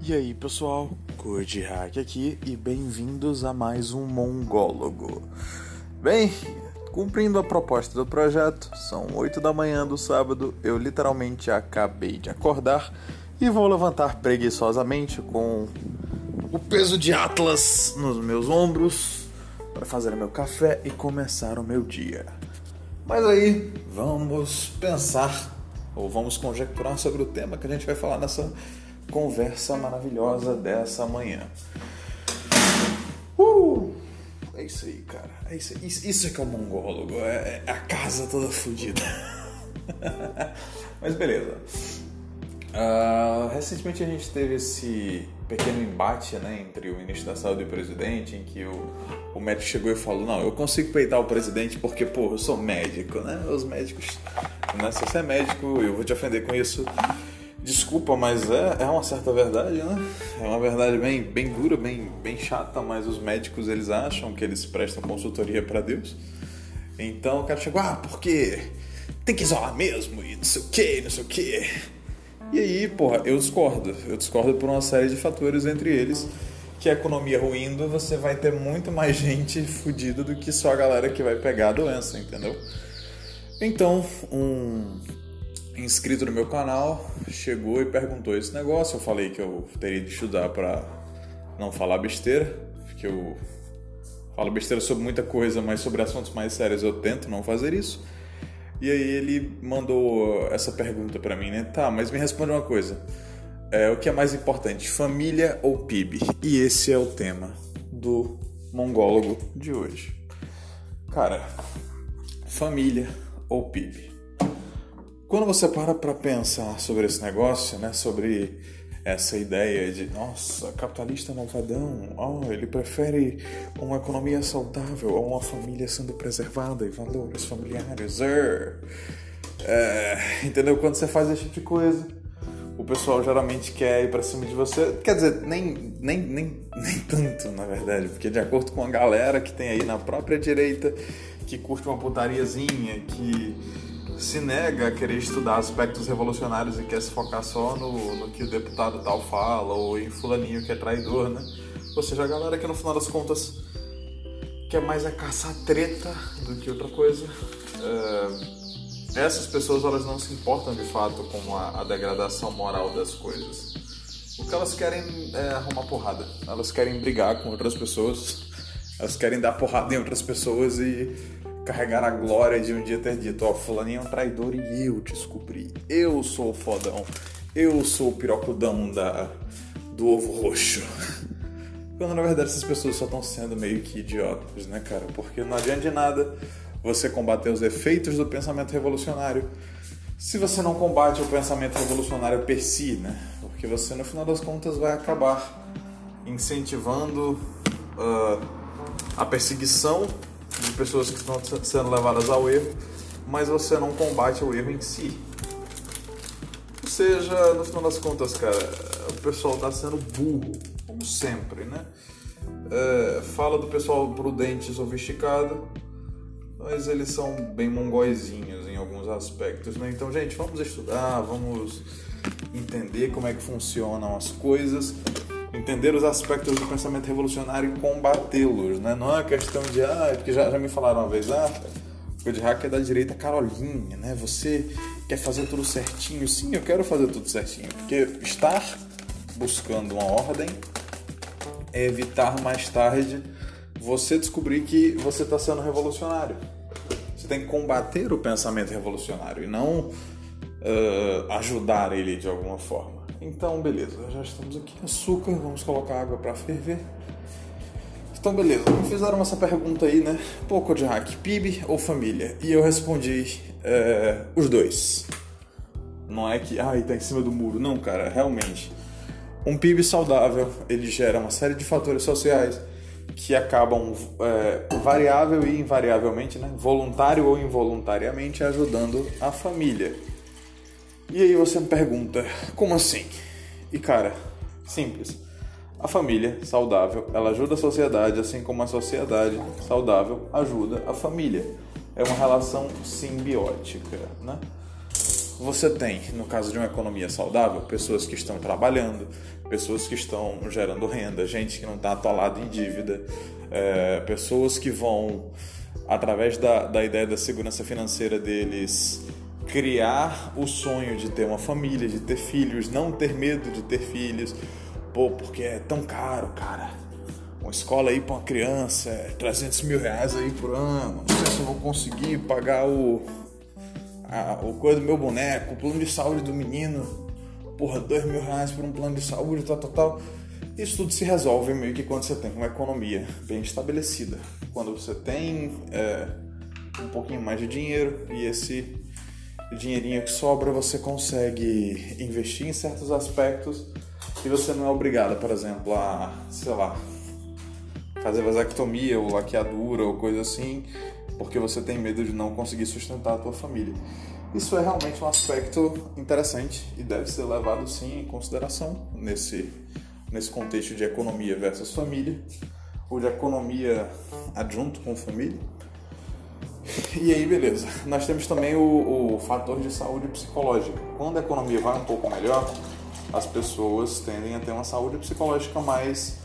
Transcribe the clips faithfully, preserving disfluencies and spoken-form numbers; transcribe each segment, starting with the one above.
E aí pessoal, Kojihak aqui e bem-vindos a mais um Mongólogo. Bem, cumprindo a proposta do projeto, são oito da manhã do sábado, eu literalmente acabei de acordar e vou levantar preguiçosamente com o peso de Atlas nos meus ombros para fazer o meu café e começar o meu dia. Mas aí, vamos pensar, ou vamos conjecturar sobre o tema que a gente vai falar nessa conversa maravilhosa dessa manhã. Uh! É isso aí, cara. É isso, aí. isso, isso é que é o mongólogo. É, é a casa toda fodida. Mas beleza. Uh, recentemente a gente teve esse pequeno embate, né, entre o ministro da Saúde e o presidente, em que o, o médico chegou e falou: não, eu consigo peitar o presidente porque, pô, eu sou médico, né? Os médicos, né? Se você é médico, eu vou te ofender com isso. Desculpa, mas é, é uma certa verdade, né? É uma verdade bem, bem dura, bem, bem chata, mas os médicos, eles acham que eles prestam consultoria pra Deus. Então o cara chegou, ah, porque tem que isolar mesmo, e não sei o que, não sei o que. E aí, porra, eu discordo. Eu discordo por uma série de fatores, entre eles que a economia ruindo, você vai ter muito mais gente fodida do que só a galera que vai pegar a doença, entendeu? Então, um inscrito no meu canal chegou e perguntou esse negócio. Eu falei que eu teria de estudar pra não falar besteira, porque eu falo besteira sobre muita coisa, mas sobre assuntos mais sérios eu tento não fazer isso. E aí ele mandou essa pergunta pra mim, né? Tá, mas me responde uma coisa. É, o que é mais importante, família ou P I B? E esse é o tema do mongólogo de hoje. Cara, família ou P I B? Quando você para pra pensar sobre esse negócio, né? Sobre essa ideia de, nossa, capitalista malvadão, oh, ele prefere uma economia saudável a uma família sendo preservada e valores familiares. Er. É, entendeu? Quando você faz esse tipo de coisa, o pessoal geralmente quer ir pra cima de você. Quer dizer, nem, nem, nem, nem tanto, na verdade, porque de acordo com a galera que tem aí na própria direita, que curte uma putariazinha, que se nega a querer estudar aspectos revolucionários e quer se focar só no, no que o deputado tal fala, ou em fulaninho que é traidor, né? Ou seja, a galera que no final das contas quer mais é caçar treta do que outra coisa. É, essas pessoas, elas não se importam de fato com a, a degradação moral das coisas. O que elas querem é arrumar porrada. Elas querem brigar com outras pessoas, elas querem dar porrada em outras pessoas e carregar a glória de um dia ter dito, ó, oh, fulaninho é um traidor e eu descobri. Eu sou o fodão. Eu sou o pirocudão da, do ovo roxo. Quando na verdade essas pessoas só estão sendo meio que idiotas, né, cara? Porque não adianta de nada você combater os efeitos do pensamento revolucionário se você não combate o pensamento revolucionário per si, né? Porque você, no final das contas, vai acabar incentivando uh, a perseguição de pessoas que estão sendo levadas ao erro, mas você não combate o erro em si. Ou seja, no final das contas, cara, o pessoal está sendo burro, como sempre, né? É, fala do pessoal prudente e sofisticado, mas eles são bem mongóizinhos em alguns aspectos, né? Então, gente, vamos estudar, vamos entender como é que funcionam as coisas, entender os aspectos do pensamento revolucionário e combatê-los, né? Não é uma questão de, ah, porque já, já me falaram uma vez, ah, o Kojihak é da direita Carolinha, né? Você quer fazer tudo certinho. Sim, eu quero fazer tudo certinho, porque estar buscando uma ordem é evitar mais tarde você descobrir que você está sendo revolucionário. Você tem que combater o pensamento revolucionário e não uh, ajudar ele de alguma forma. Então, beleza, já estamos aqui. Açúcar, vamos colocar água para ferver. Então, beleza, me fizeram essa pergunta aí, né? Pô, Kojihak, P I B ou família? E eu respondi, é, os dois. Não é que, ai, tá em cima do muro. Não, cara, realmente. Um P I B saudável, ele gera uma série de fatores sociais que acabam é, variável e invariavelmente, né? Voluntário ou involuntariamente, ajudando a família. E aí você me pergunta, como assim? E cara, simples. A família saudável, ela ajuda a sociedade, assim como a sociedade saudável ajuda a família. É uma relação simbiótica, né? você tem, no caso de uma economia saudável, pessoas que estão trabalhando, pessoas que estão gerando renda, gente que não está atolada em dívida, é, pessoas que vão, através da, da ideia da segurança financeira deles, criar o sonho de ter uma família, de ter filhos, não ter medo de ter filhos. Pô, porque é tão caro, cara. Uma escola aí para uma criança é trezentos mil reais aí por ano. Não sei se eu vou conseguir pagar o, a, o coisa do meu boneco, o plano de saúde do menino. Porra, dois mil reais por um plano de saúde, tal, tal, tal. Isso tudo se resolve meio que quando você tem uma economia bem estabelecida. Quando você tem é, um pouquinho mais de dinheiro e esse dinheirinho que sobra você consegue investir em certos aspectos e você não é obrigado, por exemplo, a, sei lá, fazer vasectomia ou laqueadura ou coisa assim, porque você tem medo de não conseguir sustentar a tua família. Isso é realmente um aspecto interessante e deve ser levado sim em consideração nesse, nesse contexto de economia versus família, ou de economia adjunto com família. E aí, beleza. Nós temos também o, o fator de saúde psicológica. Quando a economia vai um pouco melhor, as pessoas tendem a ter uma saúde psicológica mais,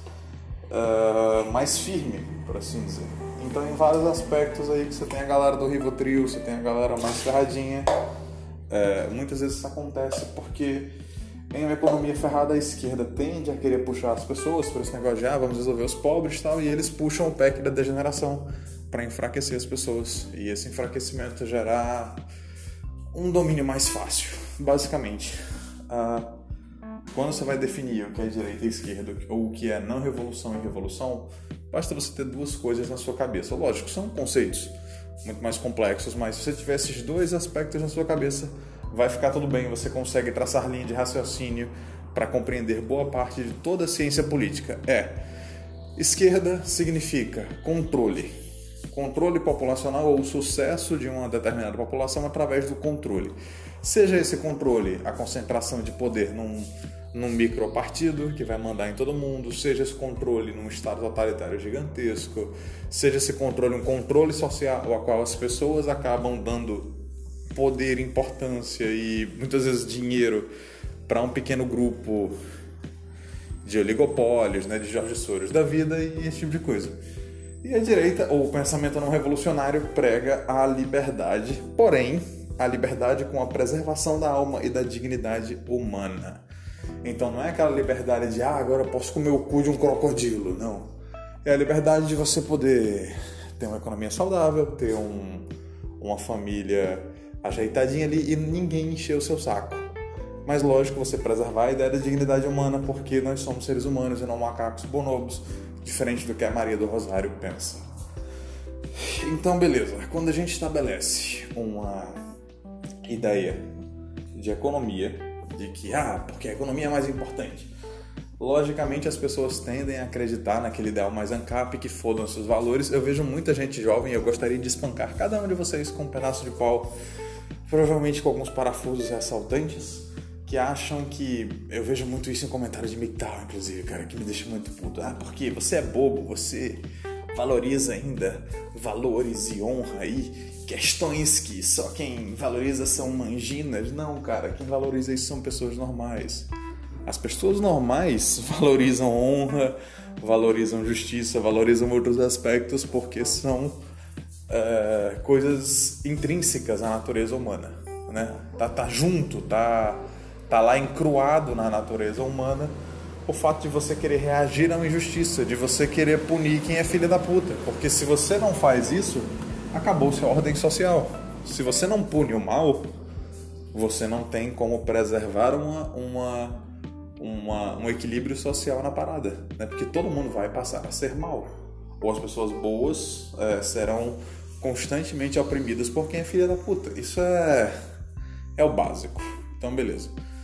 uh, mais firme, por assim dizer. Então, em vários aspectos aí que você tem a galera do Rivotril, você tem a galera mais ferradinha, é, muitas vezes isso acontece porque em uma economia ferrada a esquerda tende a querer puxar as pessoas por esse negócio de ah, vamos resolver os pobres e tal, e eles puxam o pack da degeneração para enfraquecer as pessoas, e esse enfraquecimento gerar um domínio mais fácil, basicamente. Uh, quando você vai definir o que é direita e esquerda, ou o que é não revolução e revolução, basta você ter duas coisas na sua cabeça. Lógico, são conceitos muito mais complexos, mas se você tiver esses dois aspectos na sua cabeça, vai ficar tudo bem, você consegue traçar linha de raciocínio para compreender boa parte de toda a ciência política. É, esquerda significa controle. Controle populacional ou o sucesso de uma determinada população através do controle. Seja esse controle a concentração de poder num, num micropartido que vai mandar em todo mundo, seja esse controle num estado totalitário gigantesco, seja esse controle um controle social a qual as pessoas acabam dando poder, importância e muitas vezes dinheiro para um pequeno grupo de oligopólios, né, de Jorge Soros da vida e esse tipo de coisa. E a direita, ou o pensamento não revolucionário, prega a liberdade, porém, a liberdade com a preservação da alma e da dignidade humana. Então não é aquela liberdade de, ah, agora eu posso comer o cu de um crocodilo, não. É a liberdade de você poder ter uma economia saudável, ter um, uma família ajeitadinha ali e ninguém encher o seu saco. Mas lógico, você preservar a ideia da dignidade humana, porque nós somos seres humanos e não macacos bonobos, diferente do que a Maria do Rosário pensa. Então, beleza. Quando a gente estabelece uma ideia de economia, de que, ah, porque a economia é mais importante, logicamente as pessoas tendem a acreditar naquele ideal mais ANCAP, que fodam seus valores. Eu vejo muita gente jovem e eu gostaria de espancar cada um de vocês com um pedaço de pau, provavelmente com alguns parafusos ressaltantes, que acham que... Eu vejo muito isso em comentários de M G T O W, inclusive, cara, que me deixa muito puto. Ah, porque você é bobo, você valoriza ainda valores e honra e questões que só quem valoriza são manginas. Não, cara, quem valoriza isso são pessoas normais. As pessoas normais valorizam honra, valorizam justiça, valorizam outros aspectos porque são uh, coisas intrínsecas à natureza humana, né? Tá, tá junto, tá... Está lá encruado na natureza humana o fato de você querer reagir a uma injustiça, de você querer punir quem é filha da puta. Porque se você não faz isso, acabou-se a ordem social. Se você não pune o mal, você não tem como preservar uma, uma, uma, um equilíbrio social na parada, né? Porque todo mundo vai passar a ser mal. Ou as pessoas boas é, serão constantemente oprimidas por quem é filha da puta. Isso é, é o básico. Então, beleza.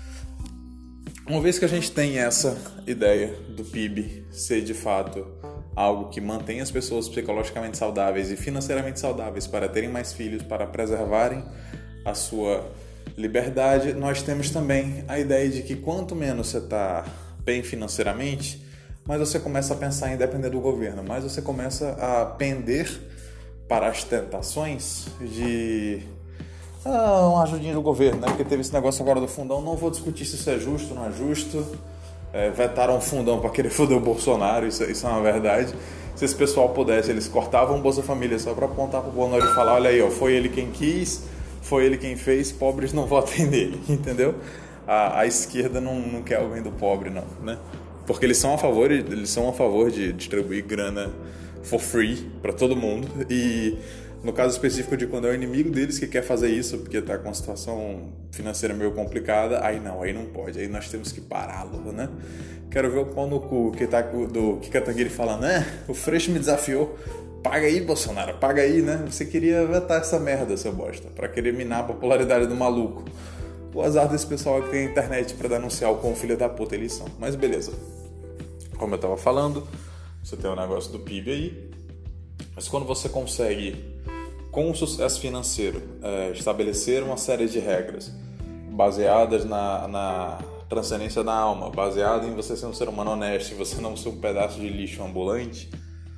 Uma vez que a gente tem essa ideia do P I B ser de fato algo que mantém as pessoas psicologicamente saudáveis e financeiramente saudáveis para terem mais filhos, para preservarem a sua liberdade, nós temos também a ideia de que quanto menos você está bem financeiramente, mais você começa a pensar em depender do governo, mais você começa a pender para as tentações de ah, uma ajudinha do governo, né? Porque teve esse negócio agora do fundão. Não vou discutir se isso é justo ou não é justo. É, vetaram um fundão para querer foder o Bolsonaro, isso, isso é uma verdade. Se esse pessoal pudesse, eles cortavam o Bolsa Família só para apontar para o Bolsonaro e falar, olha aí, ó, foi ele quem quis, foi ele quem fez, pobres não votem nele, entendeu? A, a esquerda não, não quer o bem do pobre, não, né? Porque eles são a favor, eles são a favor de distribuir grana for free para todo mundo, e no caso específico de quando é o inimigo deles que quer fazer isso, porque está com uma situação financeira meio complicada, aí não, aí não pode, aí nós temos que pará-lo, né? Quero ver o pau no cu que tá do que Kataguiri falando, né? O Freixo me desafiou, paga aí, Bolsonaro, paga aí, né? Você queria vetar essa merda, seu bosta, pra querer minar a popularidade do maluco. O azar desse pessoal que tem internet pra denunciar o quão filho da puta eles são. Mas beleza. Como eu tava falando, você tem o negócio do P I B aí, mas quando você consegue, com o sucesso financeiro, é, estabelecer uma série de regras baseadas na, na transcendência da alma, baseada em você ser um ser humano honesto e você não ser um pedaço de lixo ambulante,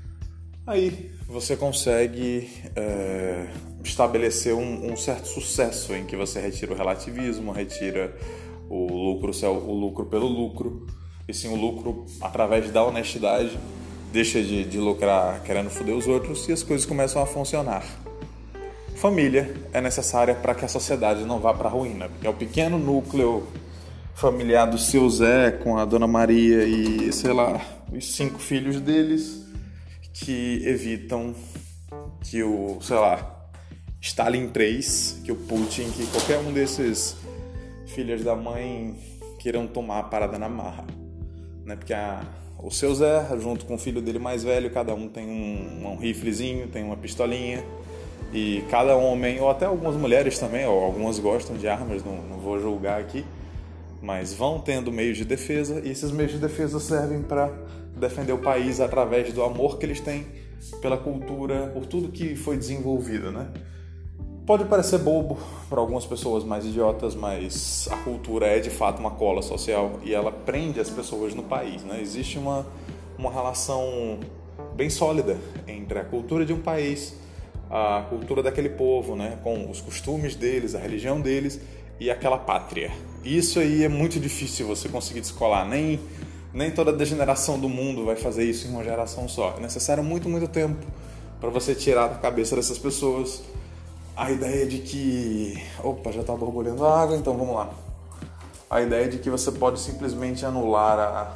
aí você consegue é, estabelecer um, um certo sucesso em que você retira o relativismo, retira o lucro, o lucro pelo lucro, e sim o lucro através da honestidade, deixa de, de lucrar querendo foder os outros e as coisas começam a funcionar. Família é necessária para que a sociedade não vá para a ruína, porque é o pequeno núcleo familiar do seu Zé com a Dona Maria e, sei lá, os cinco filhos deles que evitam que o, sei lá, Stalin três, que o Putin, que qualquer um desses filhos da mãe queiram tomar a parada na marra, né? Porque a, o seu Zé, junto com o filho dele mais velho, cada um tem um, um riflezinho, tem uma pistolinha, e cada homem, ou até algumas mulheres também, ou algumas gostam de armas, não, não vou julgar aqui, mas vão tendo meios de defesa, e esses meios de defesa servem para defender o país através do amor que eles têm pela cultura, por tudo que foi desenvolvido, né? Pode parecer bobo para algumas pessoas mais idiotas, mas a cultura é de fato uma cola social e ela prende as pessoas no país, né? Existe uma, uma relação bem sólida entre a cultura de um país, a cultura daquele povo, né? Com os costumes deles, a religião deles e aquela pátria. Isso aí é muito difícil você conseguir descolar, nem, nem toda a degeneração do mundo vai fazer isso em uma geração só. É necessário muito, muito tempo para você tirar da cabeça dessas pessoas a ideia de que... Opa, já está borbulhando a água, então vamos lá. A ideia de que você pode simplesmente anular a,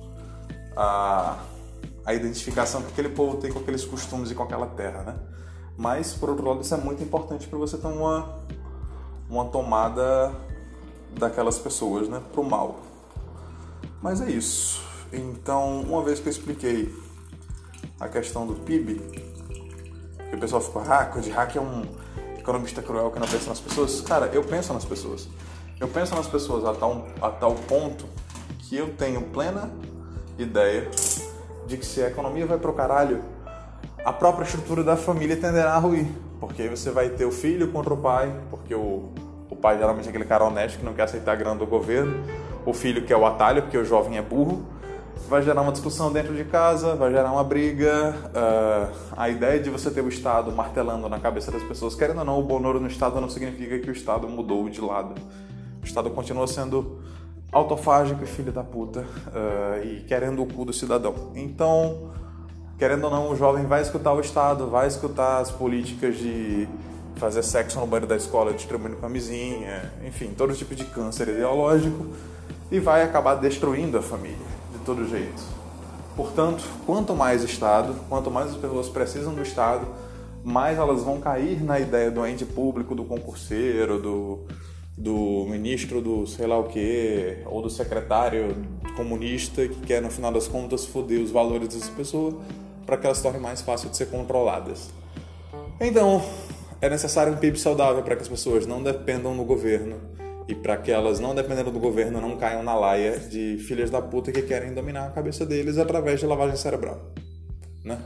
a, a identificação que aquele povo tem com aqueles costumes e com aquela terra, né? Mas, por outro lado, isso é muito importante para você ter uma, uma tomada daquelas pessoas, né, pro mal. Mas é isso. Então, uma vez que eu expliquei a questão do P I B, que o pessoal ficou, ah, de hack é um economista cruel que não pensa nas pessoas. Cara, eu penso nas pessoas. Eu penso nas pessoas a tal, a tal ponto que eu tenho plena ideia de que se a economia vai pro caralho, a própria estrutura da família tenderá a ruir. Porque aí você vai ter o filho contra o pai, porque o, o pai geralmente é aquele cara honesto que não quer aceitar a grana do governo, o filho que é o atalho, porque o jovem é burro, vai gerar uma discussão dentro de casa, vai gerar uma briga. Uh, a ideia de você ter o Estado martelando na cabeça das pessoas, querendo ou não, o Bonoro no Estado não significa que o Estado mudou de lado. O Estado continua sendo autofágico e filho da puta, uh, e querendo o cu do cidadão. Então, querendo ou não, o jovem vai escutar o Estado, vai escutar as políticas de fazer sexo no banheiro da escola, distribuindo camisinha, enfim, todo tipo de câncer ideológico, e vai acabar destruindo a família, de todo jeito. Portanto, quanto mais Estado, quanto mais as pessoas precisam do Estado, mais elas vão cair na ideia do ente público, do concurseiro, do, do ministro do sei lá o quê, ou do secretário comunista que quer, no final das contas, foder os valores dessas pessoas para que elas se tornem mais fáceis de ser controladas. Então, é necessário um P I B saudável para que as pessoas não dependam do governo e para que elas, não dependendo do governo, não caiam na laia de filhas da puta que querem dominar a cabeça deles através de lavagem cerebral. Né?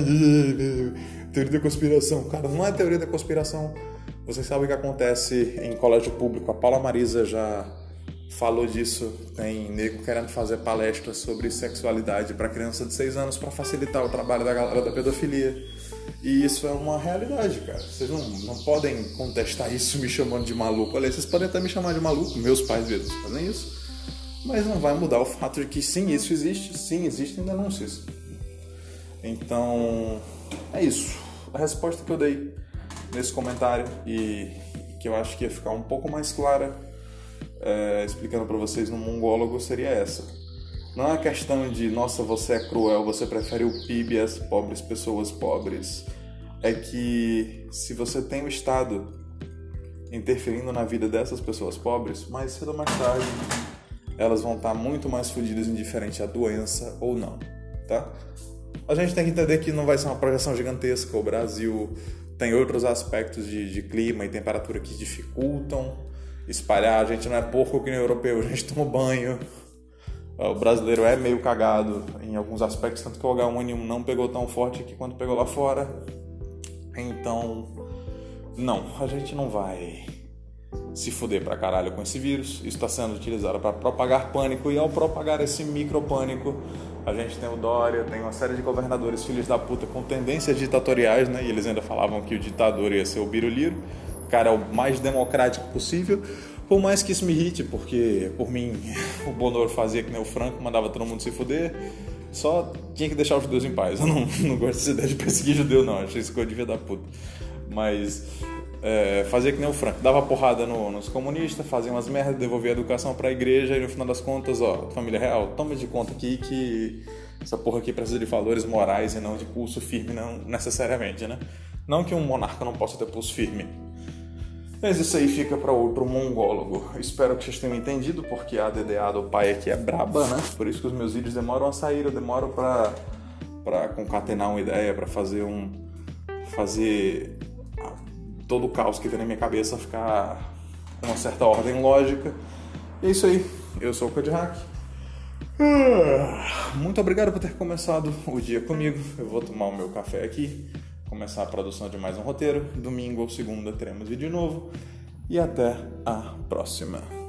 Teoria da conspiração. Cara, não é teoria da conspiração. Vocês sabem o que acontece em colégio público. A Paula Marisa já falou disso. Tem nego querendo fazer palestras sobre sexualidade para criança de seis anos para facilitar o trabalho da galera da pedofilia. E isso é uma realidade, cara. Vocês não, não podem contestar isso me chamando de maluco. Olha, vocês podem até me chamar de maluco, meus pais mesmo fazem isso, mas não vai mudar o fato de que sim, isso existe, sim, existem denúncias. Então, é isso. A resposta que eu dei nesse comentário e que eu acho que ia ficar um pouco mais clara é, explicando para vocês no mongólogo seria essa. Não é questão de, nossa, você é cruel, você prefere o P I B e as pobres pessoas pobres. É que se você tem o Estado interferindo na vida dessas pessoas pobres, mais cedo ou mais tarde, elas vão estar muito mais fodidas indiferente à doença ou não, tá? A gente tem que entender que não vai ser uma projeção gigantesca. O Brasil tem outros aspectos de, de clima e temperatura que dificultam espalhar. A gente não é porco que nem o europeu, a gente toma banho. O brasileiro é meio cagado em alguns aspectos, tanto que o agá um ene um não pegou tão forte aqui quanto pegou lá fora. Então, não, a gente não vai se fuder pra caralho com esse vírus. Isso está sendo utilizado para propagar pânico, e ao propagar esse micropânico, a gente tem o Dória, tem uma série de governadores filhos da puta com tendências ditatoriais, né? E eles ainda falavam que o ditador ia ser o Biruliro. O cara é o mais democrático possível. Por mais que isso me irrite, porque por mim o Bonoro fazia que nem o Franco, mandava todo mundo se fuder, só tinha que deixar os judeus em paz. Eu não, não gosto dessa ideia de perseguir judeu, não, achei isso coisa de vida da puta. Mas é, fazia que nem o Franco, dava porrada no, nos comunistas, fazia umas merdas, devolvia a educação pra igreja e no final das contas, ó, família real, toma de conta aqui que essa porra aqui precisa de valores morais e não de pulso firme, não necessariamente, né? Não que um monarca não possa ter pulso firme. Mas isso aí fica para outro mongólogo. Espero que vocês tenham entendido, porque a D D A do pai aqui é braba, né? Por isso que os meus vídeos demoram a sair, eu demoro para para concatenar uma ideia, para fazer um fazer todo o caos que tem na minha cabeça ficar com uma certa ordem lógica. E é isso aí. Eu sou o Kodhack. Muito obrigado por ter começado o dia comigo. Eu vou tomar o meu café aqui, começar a produção de mais um roteiro. Domingo ou segunda teremos vídeo novo. E até a próxima.